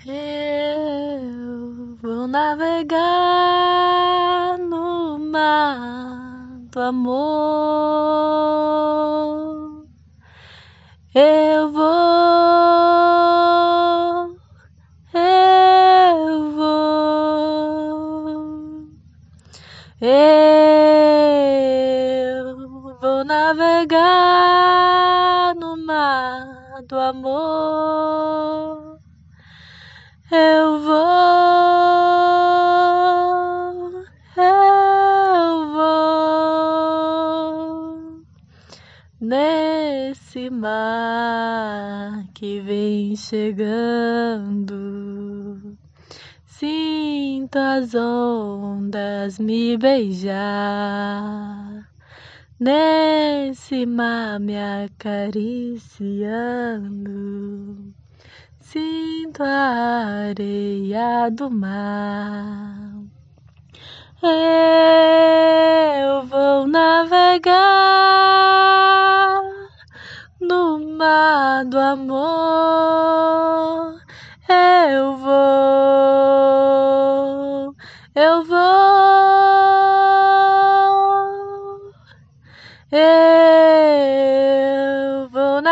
Eu vou navegar no mar do amor. Eu vou, eu vou, eu vou navegar no mar do amor. Eu vou nesse mar que vem chegando. Sinto as ondas me beijar, nesse mar me acariciando. Sinto a areia do mar. Eu vou navegar no mar do amor. Eu vou, eu vou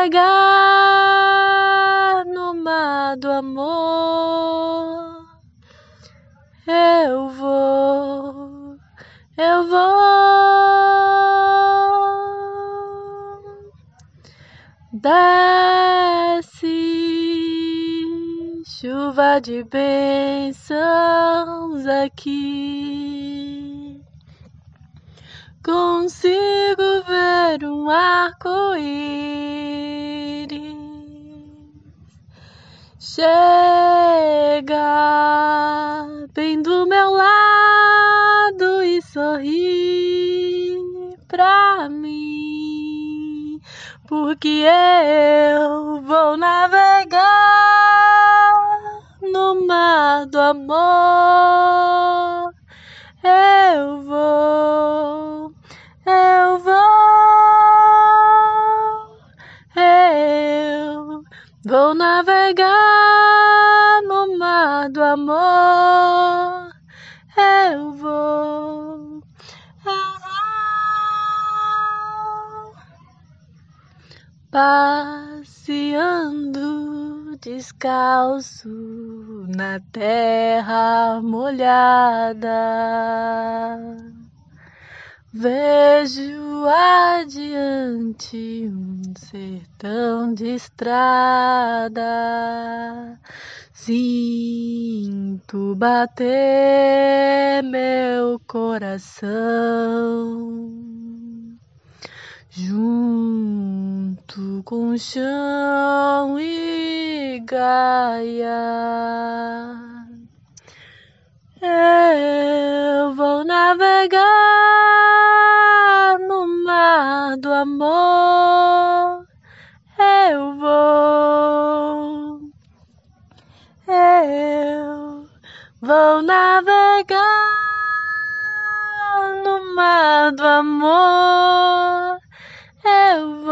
navegar no mar do amor. Eu vou, desce chuva de bênçãos aqui. Consigo ver um arco-íris. Chega bem do meu lado e sorri pra mim, porque eu vou navegar no mar do amor. Eu vou, eu vou navegar no mar do amor. Eu vou, passeando descalço na terra molhada. Vejo adiante um sertão de estrada. Sinto bater meu coração junto com chão e gaia. Eu vou navegar no mar do amor. Eu vou navegar no mar do amor. Eu